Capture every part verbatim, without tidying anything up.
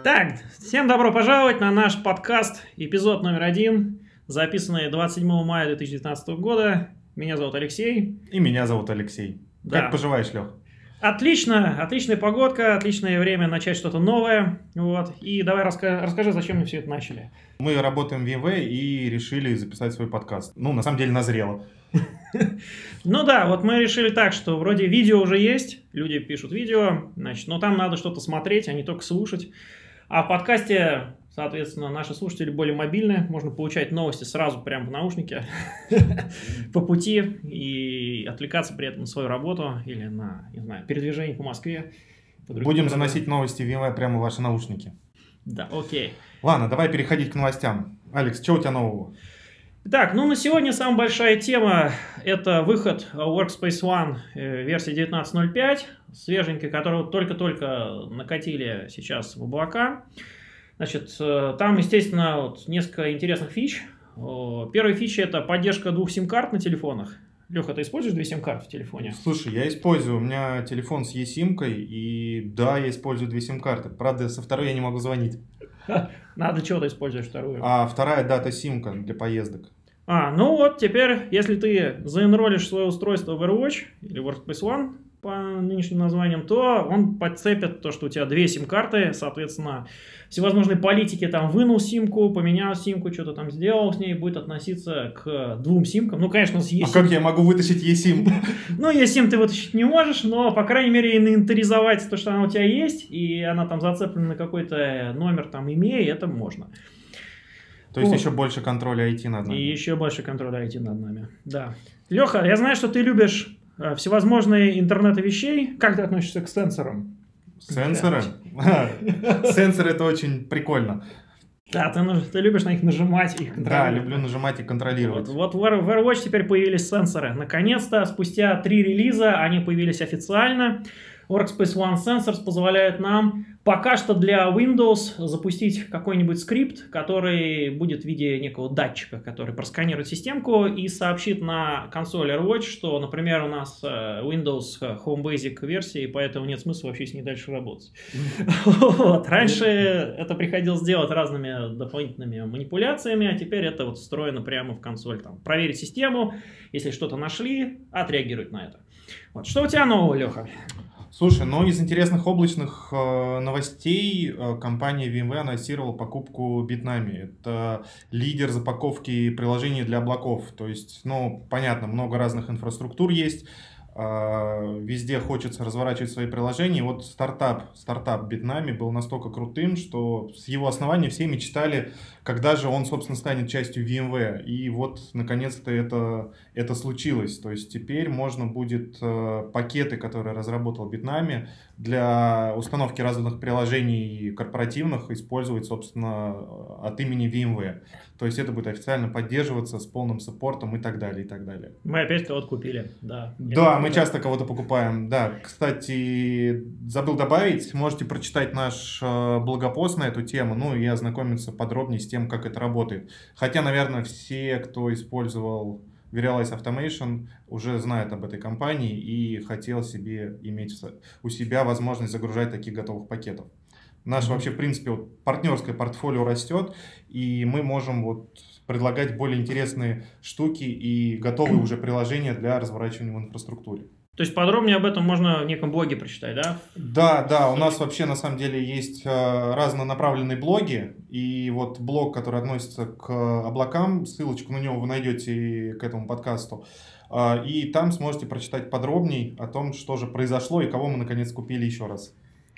Так, всем добро пожаловать на наш подкаст, эпизод номер один, записанный двадцать седьмого мая две тысячи девятнадцатого года. Меня зовут Алексей. И меня зовут Алексей. Да. Как поживаешь, Лех? Отлично, отличная погодка, отличное время начать что-то новое. Вот. И давай раска- расскажи, зачем мы все это начали. Мы работаем в VMware и решили записать свой подкаст. Ну, на самом деле, назрело. Ну да, вот мы решили так, что вроде видео уже есть, люди пишут видео, значит, но там надо что-то смотреть, а не только слушать. А в подкасте, соответственно, наши слушатели более мобильные, можно получать новости сразу прямо в наушнике по пути и отвлекаться при этом на свою работу или на, не знаю, передвижение по Москве. Будем заносить новости в VMware прямо в ваши наушники. Да, окей. Ладно, давай переходить к новостям. Алекс, что у тебя нового? Так, ну на сегодня самая большая тема – это выход Workspace ONE версии девятнадцать ноль пять, свеженький, которого только-только накатили сейчас в облака. Значит, там, естественно, вот несколько интересных фич. Первая фича – это поддержка двух сим-карт на телефонах. Леха, ты используешь две сим-карты в телефоне? Слушай, я использую. У меня телефон с eSIM-кой, и да, я использую две сим-карты. Правда, со второй я не могу звонить. Надо, чего ты используешь вторую? А вторая дата-симка для поездок. А, ну вот, теперь, если ты заэнролишь свое устройство в AirWatch или Workspace ONE по нынешним названиям, то он подцепит то, что у тебя две сим-карты, соответственно, всевозможные политики, там, вынул симку, поменял симку, что-то там сделал с ней, будет относиться к двум симкам. Ну, конечно, с eSIM. А как я могу вытащить eSIM? Ну, eSIM ты вытащить не можешь, но, по крайней мере, инвентаризовать то, что она у тебя есть, и она там зацеплена на какой-то номер, там, имея, это можно. То есть вот. Еще больше контроля ай ти над нами. И еще больше контроля ай ти над нами, да. Леха, я знаю, что ты любишь э, всевозможные интернеты вещей. Как ты относишься к сенсорам? Сенсоры? Сенсоры это очень прикольно. Да, ты, ты любишь на них нажимать и их контролировать. Да, люблю нажимать и контролировать. Вот, вот в AirWatch теперь появились сенсоры. Наконец-то, спустя три релиза они появились официально. Workspace ONE Sensors позволяет нам пока что для Windows запустить какой-нибудь скрипт, который будет в виде некого датчика, который просканирует системку и сообщит на консоль AirWatch, что, например, у нас Windows Home Basic версия, и поэтому нет смысла вообще с ней дальше работать. Раньше это приходилось делать разными дополнительными манипуляциями, а теперь это вот встроено прямо в консоль. Проверить систему, если что-то нашли, отреагировать на это. Что у тебя нового, Леха? Слушай, ну из интересных облачных э, новостей э, компания VMware анонсировала покупку Bitnami. Это лидер запаковки приложений для облаков. То есть, ну, понятно, много разных инфраструктур есть. Э, везде хочется разворачивать свои приложения. И вот стартап, стартап Bitnami был настолько крутым, что с его основания все мечтали, когда же он, собственно, станет частью VMware. И вот, наконец-то, это, это случилось. То есть теперь можно будет э, пакеты, которые разработал Bitnami, для установки разных приложений корпоративных использовать, собственно, от имени VMware. То есть это будет официально поддерживаться с полным саппортом и так далее, и так далее. Мы опять кого-то купили, да. Да, мы часто кого-то покупаем, да. Кстати, забыл добавить, можете прочитать наш э, блогопост на эту тему, ну и ознакомиться подробнее с тем, как это работает. Хотя, наверное, все, кто использовал Verialize Automation, уже знают об этой компании и хотел себе иметь у себя возможность загружать таких готовых пакетов. Наше mm-hmm. вообще, в принципе, вот, партнерское портфолио растет, и мы можем вот предлагать более интересные штуки и готовые уже приложения для разворачивания в инфраструктуре. То есть подробнее об этом можно в неком блоге прочитать, да? Да, да, у нас вообще на самом деле есть э, разнонаправленные блоги, и вот блог, который относится к облакам, ссылочку на него вы найдете к этому подкасту, э, и там сможете прочитать подробнее о том, что же произошло и кого мы наконец купили еще раз.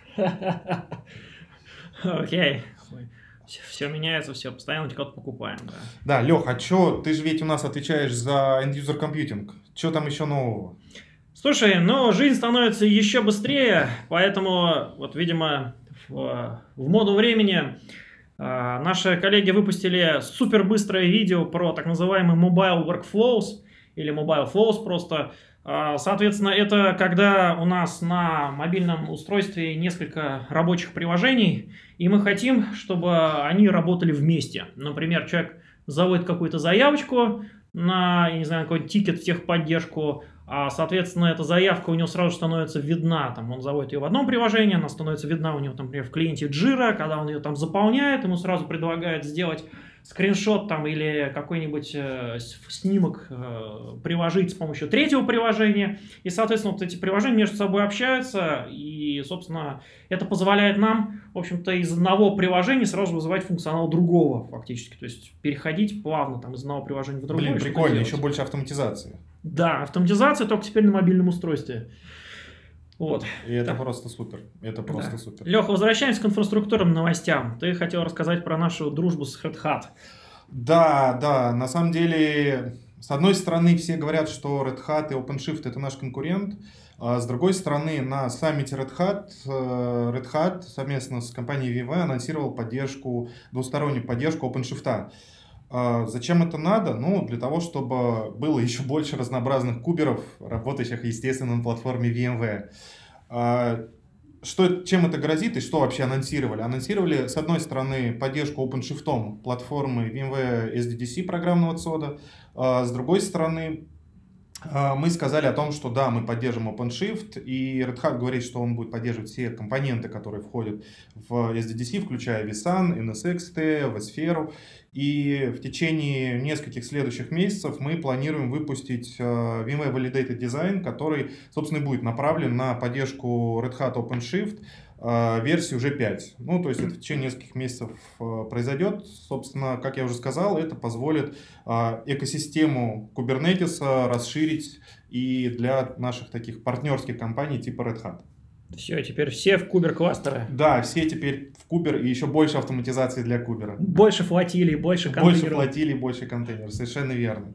Окей. Все меняется, все, постоянно кого-то покупаем. Да, да, Лех, а что, ты же ведь у нас отвечаешь за end-user computing, что там еще нового? Слушай, ну, жизнь становится еще быстрее, поэтому, вот, видимо, в, в моду времени э, наши коллеги выпустили супербыстрое видео про так называемый Mobile Workflows, или Mobile Flows просто. Э, соответственно, это когда у нас на мобильном устройстве несколько рабочих приложений, и мы хотим, чтобы они работали вместе. Например, человек заводит какую-то заявочку, на, я не знаю, какой-нибудь тикет в техподдержку, а, соответственно, эта заявка у него сразу становится видна, там, он заводит ее в одном приложении, она становится видна у него, там, например, в клиенте Jira, когда он ее там заполняет, ему сразу предлагают сделать скриншот там или какой-нибудь э, снимок э, приложить с помощью третьего приложения, и, соответственно, вот эти приложения между собой общаются, и, собственно, это позволяет нам, в общем-то, из одного приложения сразу вызывать функционал другого, фактически, то есть переходить плавно там из одного приложения в другое. Блин, прикольно, еще больше автоматизации. Да, автоматизация только теперь на мобильном устройстве. Вот. И это так. просто супер. Это просто да. супер. Леха, возвращаемся к инфраструктурным новостям. Ты хотел рассказать про нашу дружбу с Red Hat. Да, да. На самом деле, с одной стороны, все говорят, что Red Hat и OpenShift это наш конкурент. А с другой стороны, на саммите Red Hat, Red Hat совместно с компанией VMware анонсировал поддержку, двустороннюю поддержку OpenShift. Зачем это надо? Ну, для того, чтобы было еще больше разнообразных куберов, работающих, естественно, на платформе VMware. Что, чем это грозит и что вообще анонсировали? Анонсировали, с одной стороны, поддержку OpenShift платформы VMware эс ди ди си программного цода, с другой стороны, мы сказали о том, что да, мы поддержим OpenShift, и Red Hat говорит, что он будет поддерживать все компоненты, которые входят в эс ди ди си, включая vSAN, эн эс икс ти, vSphere. И в течение нескольких следующих месяцев мы планируем выпустить VMware Validated Design, который, собственно, будет направлен на поддержку Red Hat OpenShift версии уже пять. Ну, то есть это в течение нескольких месяцев произойдет. Собственно, как я уже сказал, это позволит экосистему Kubernetes расширить и для наших таких партнерских компаний типа Red Hat. Все, теперь все в кубер-кластеры. Да, все теперь в кубер и еще больше автоматизации для кубера. Больше флотилий, больше контейнеров. Больше флотилий, больше контейнеров, совершенно верно.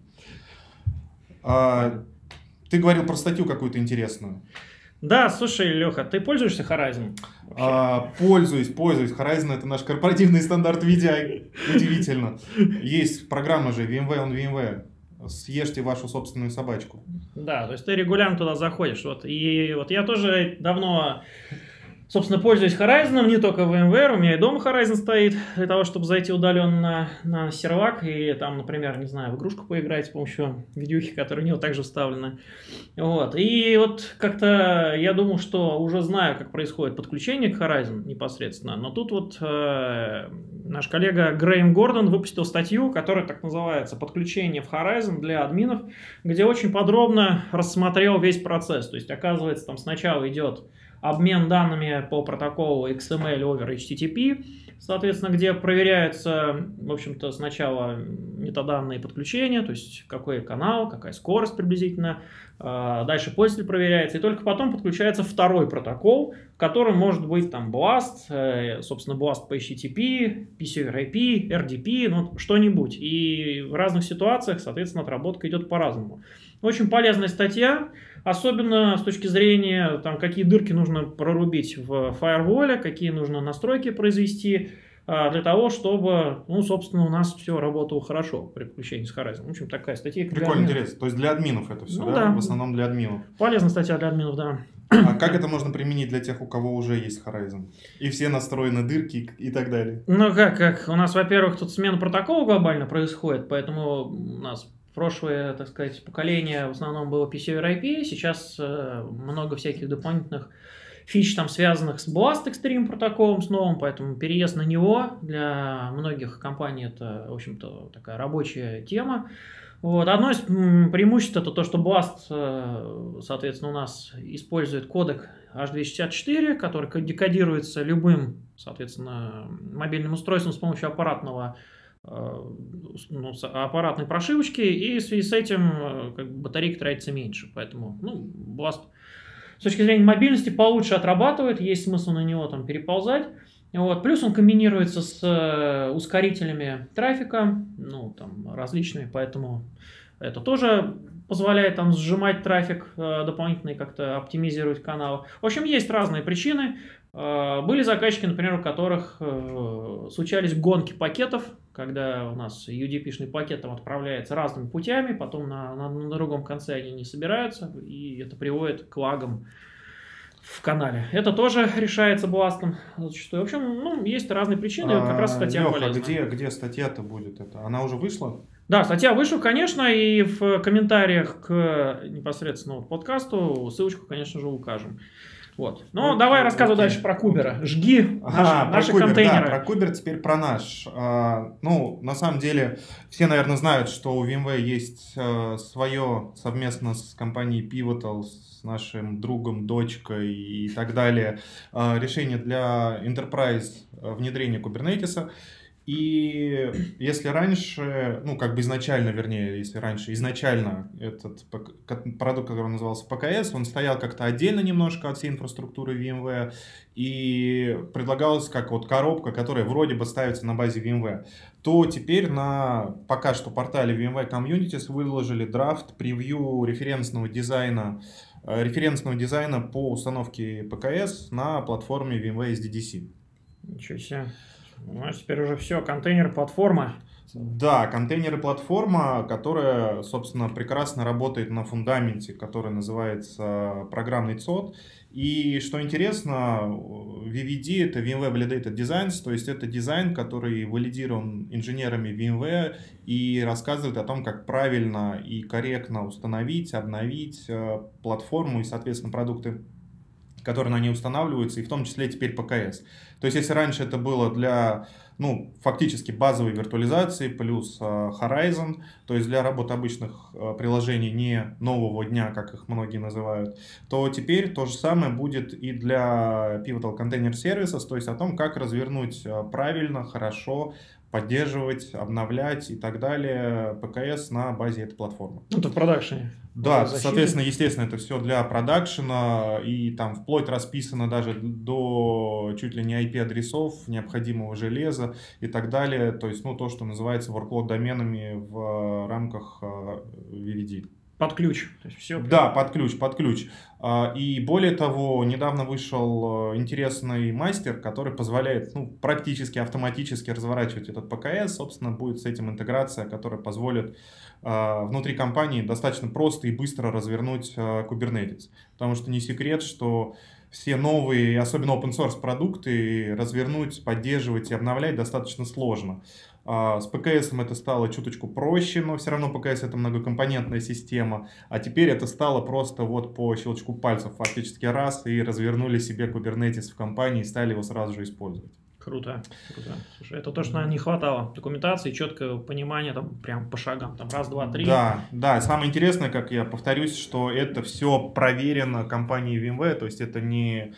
А, ты говорил про статью какую-то интересную. Да, слушай, Леха, ты пользуешься Horizon? А, пользуюсь, пользуюсь. Horizon — это наш корпоративный стандарт видео. Удивительно. Есть программа же VMware on VMware. Съешьте вашу собственную собачку. Да, то есть ты регулярно туда заходишь. Вот. И вот я тоже давно, собственно, пользуюсь Horizon, не только VMware, у меня и дома Horizon стоит, для того, чтобы зайти удаленно на, на сервак и там, например, не знаю, в игрушку поиграть с помощью видюхи, которая у него также вставлена. Вот. И вот как-то я думал, что уже знаю, как происходит подключение к Horizon непосредственно, но тут вот э, наш коллега Грэем Гордон выпустил статью, которая так называется «Подключение в Horizon для админов», где очень подробно рассмотрел весь процесс. То есть, оказывается, там сначала идет обмен данными по протоколу икс эм эль over эйч ти ти пи, соответственно, где проверяются, в общем-то, сначала метаданные подключения, то есть какой канал, какая скорость приблизительно, дальше пользователь проверяется, и только потом подключается второй протокол, в котором может быть там Blast, собственно, Blast по эйч ти ти пи, пи си ар ай пи, эр ди пи, ну, что-нибудь. И в разных ситуациях, соответственно, отработка идет по-разному. Очень полезная статья, особенно с точки зрения, там, какие дырки нужно прорубить в фаерволе, какие нужно настройки произвести, для того, чтобы, ну, собственно, у нас все работало хорошо при подключении с Horizon. В общем, такая статья. Прикольно, интересно. То есть для админов это все, ну, да? да? В основном для админов. Полезная статья для админов, да. А как это можно применить для тех, у кого уже есть Horizon? И все настроены дырки и так далее. Ну, как, как? У нас, во-первых, тут смена протокола глобально происходит, поэтому у нас прошлое, так сказать, поколение в основном было пи си ар ай пи, сейчас э, много всяких дополнительных фич, там, связанных с Blast Extreme протоколом, с новым, поэтому переезд на него для многих компаний это, в общем-то, такая рабочая тема. Вот. Одно из преимуществ это то, что Blast, соответственно, у нас использует кодек эйч двести шестьдесят четыре, который декодируется любым, соответственно, мобильным устройством с помощью аппаратного, ну, аппаратной прошивочки, и в связи с этим как бы, батарейка тратится меньше. Поэтому, ну, Blast с точки зрения мобильности получше отрабатывает, есть смысл на него там переползать. Вот. Плюс он комбинируется с ускорителями трафика, ну, там, различными, поэтому это тоже позволяет там сжимать трафик дополнительно и как-то оптимизировать каналы. В общем, есть разные причины. Были заказчики, например, у которых случались гонки пакетов, когда у нас ю ди пи-шный пакет там отправляется разными путями, потом на, на, на другом конце они не собираются, и это приводит к лагам в канале. Это тоже решается Blast'ом зачастую. В общем, ну, есть разные причины, А, как раз статья Леха, полезна. где, где статья-то будет? Это? Она уже вышла? Да, статья вышла, конечно, и в комментариях к непосредственно вот подкасту ссылочку, конечно же, укажем. Вот. Ну, окей, давай рассказывай окей, дальше про Кубера. окей. Жги Ага, наши, наши про Кубер, контейнеры. Да, про Кубер теперь про наш. А, ну, на самом деле, все, наверное, знают, что у VMware есть а, свое совместно с компанией Pivotal, с нашим другом, дочкой и так далее, а, решение для Enterprise внедрения Kubernetes. И если раньше, ну, как бы изначально, вернее, если раньше, изначально этот продукт, который назывался пэ ка эс, он стоял как-то отдельно немножко от всей инфраструктуры VMware и предлагалась как вот коробка, которая вроде бы ставится на базе VMware, то теперь на пока что портале VMware Communities выложили драфт, превью референсного дизайна, референсного дизайна по установке пэ ка эс на платформе VMware эс ди ди си. Ничего себе. Значит, теперь уже все, контейнер-платформа. Да, контейнеры-платформа, которая, собственно, прекрасно работает на фундаменте, который называется программный цод. И что интересно, ви ви ди это VMware Validated Designs, то есть это дизайн, который валидирован инженерами VMware и рассказывает о том, как правильно и корректно установить, обновить платформу и, соответственно, продукты, которые на ней устанавливаются, и в том числе теперь пэ ка эс. То есть, если раньше это было для, ну, фактически базовой виртуализации плюс uh, Horizon, то есть для работы обычных uh, приложений не нового дня, как их многие называют, то теперь то же самое будет и для Pivotal Container Services, то есть о том, как развернуть uh, правильно, хорошо, поддерживать, обновлять и так далее пэ ка эс на базе этой платформы. Это в продакшене. Да, соответственно, естественно, это все для продакшена, и там вплоть расписано даже до чуть ли не ай пи-адресов, необходимого железа и так далее. То есть, ну, то, что называется workload доменами в рамках ви ви ди. Под ключ. То есть все. Да, под ключ, под ключ. И более того, недавно вышел интересный мастер, который позволяет, ну, практически автоматически разворачивать этот пэ ка эс. Собственно, будет с этим интеграция, которая позволит внутри компании достаточно просто и быстро развернуть Kubernetes. Потому что не секрет, что все новые, особенно open source продукты, развернуть, поддерживать и обновлять достаточно сложно. С пэ ка эс это стало чуточку проще, но все равно пэ ка эс это многокомпонентная система. А теперь это стало просто вот по щелчку пальцев фактически раз и развернули себе Kubernetes в компании и стали его сразу же использовать. Круто, круто. Слушай, это то, что, наверное, не хватало. Документации, четкое понимание, там, прям по шагам, там, раз, два, три. Да, да. Самое интересное, как я повторюсь, что это все проверено компанией VMware, то есть это не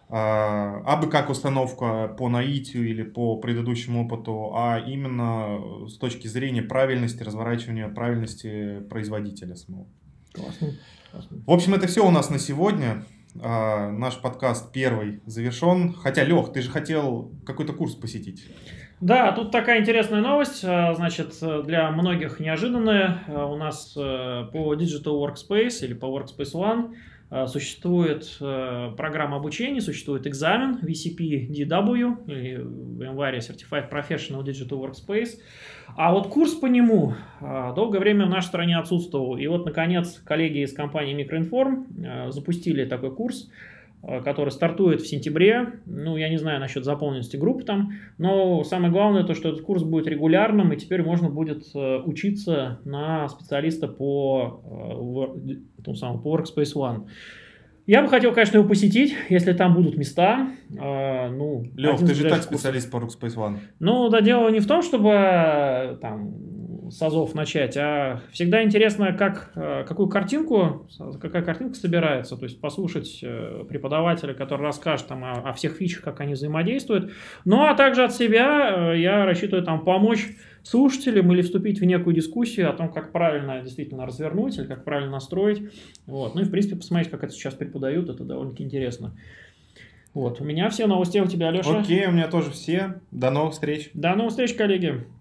а, абы как установка по наитию или по предыдущему опыту, а именно с точки зрения правильности разворачивания, правильности производителя самого. Классно. Классно. В общем, это все у нас на сегодня. Uh, наш подкаст первый завершен. Хотя, Лех, ты же хотел какой-то курс посетить. Да, тут такая интересная новость, значит, для многих неожиданная. У нас по Digital Workspace или по Workspace ONE существует программа обучения, существует экзамен ви си пи ди дабл ю или VMware Certified Professional Digital Workspace. А вот курс по нему долгое время в нашей стране отсутствовал. И вот, наконец, коллеги из компании Microinform запустили такой курс, который стартует в сентябре. Ну, я не знаю насчет заполненности групп там, но самое главное то, что этот курс будет регулярным, и теперь можно будет учиться на специалиста по, тому самому, по Workspace ONE. Я бы хотел, конечно, его посетить, если там будут места. Э, ну, Лёх, ты же так специалист по Workspace ONE. Ну, да, дело не в том, чтобы там с азов начать, а всегда интересно, как, какую картинку, какая картинка собирается. То есть послушать преподавателя, который расскажет там о, о всех фичах, как они взаимодействуют. Ну, а также от себя я рассчитываю там помочь слушателям или вступить в некую дискуссию о том, как правильно действительно развернуть или как правильно настроить. Вот. Ну и, в принципе, посмотреть, как это сейчас преподают, это довольно-таки интересно. Вот. У меня все новости, у тебя, Алеша? Окей, у меня тоже все. До новых встреч. До новых встреч, коллеги.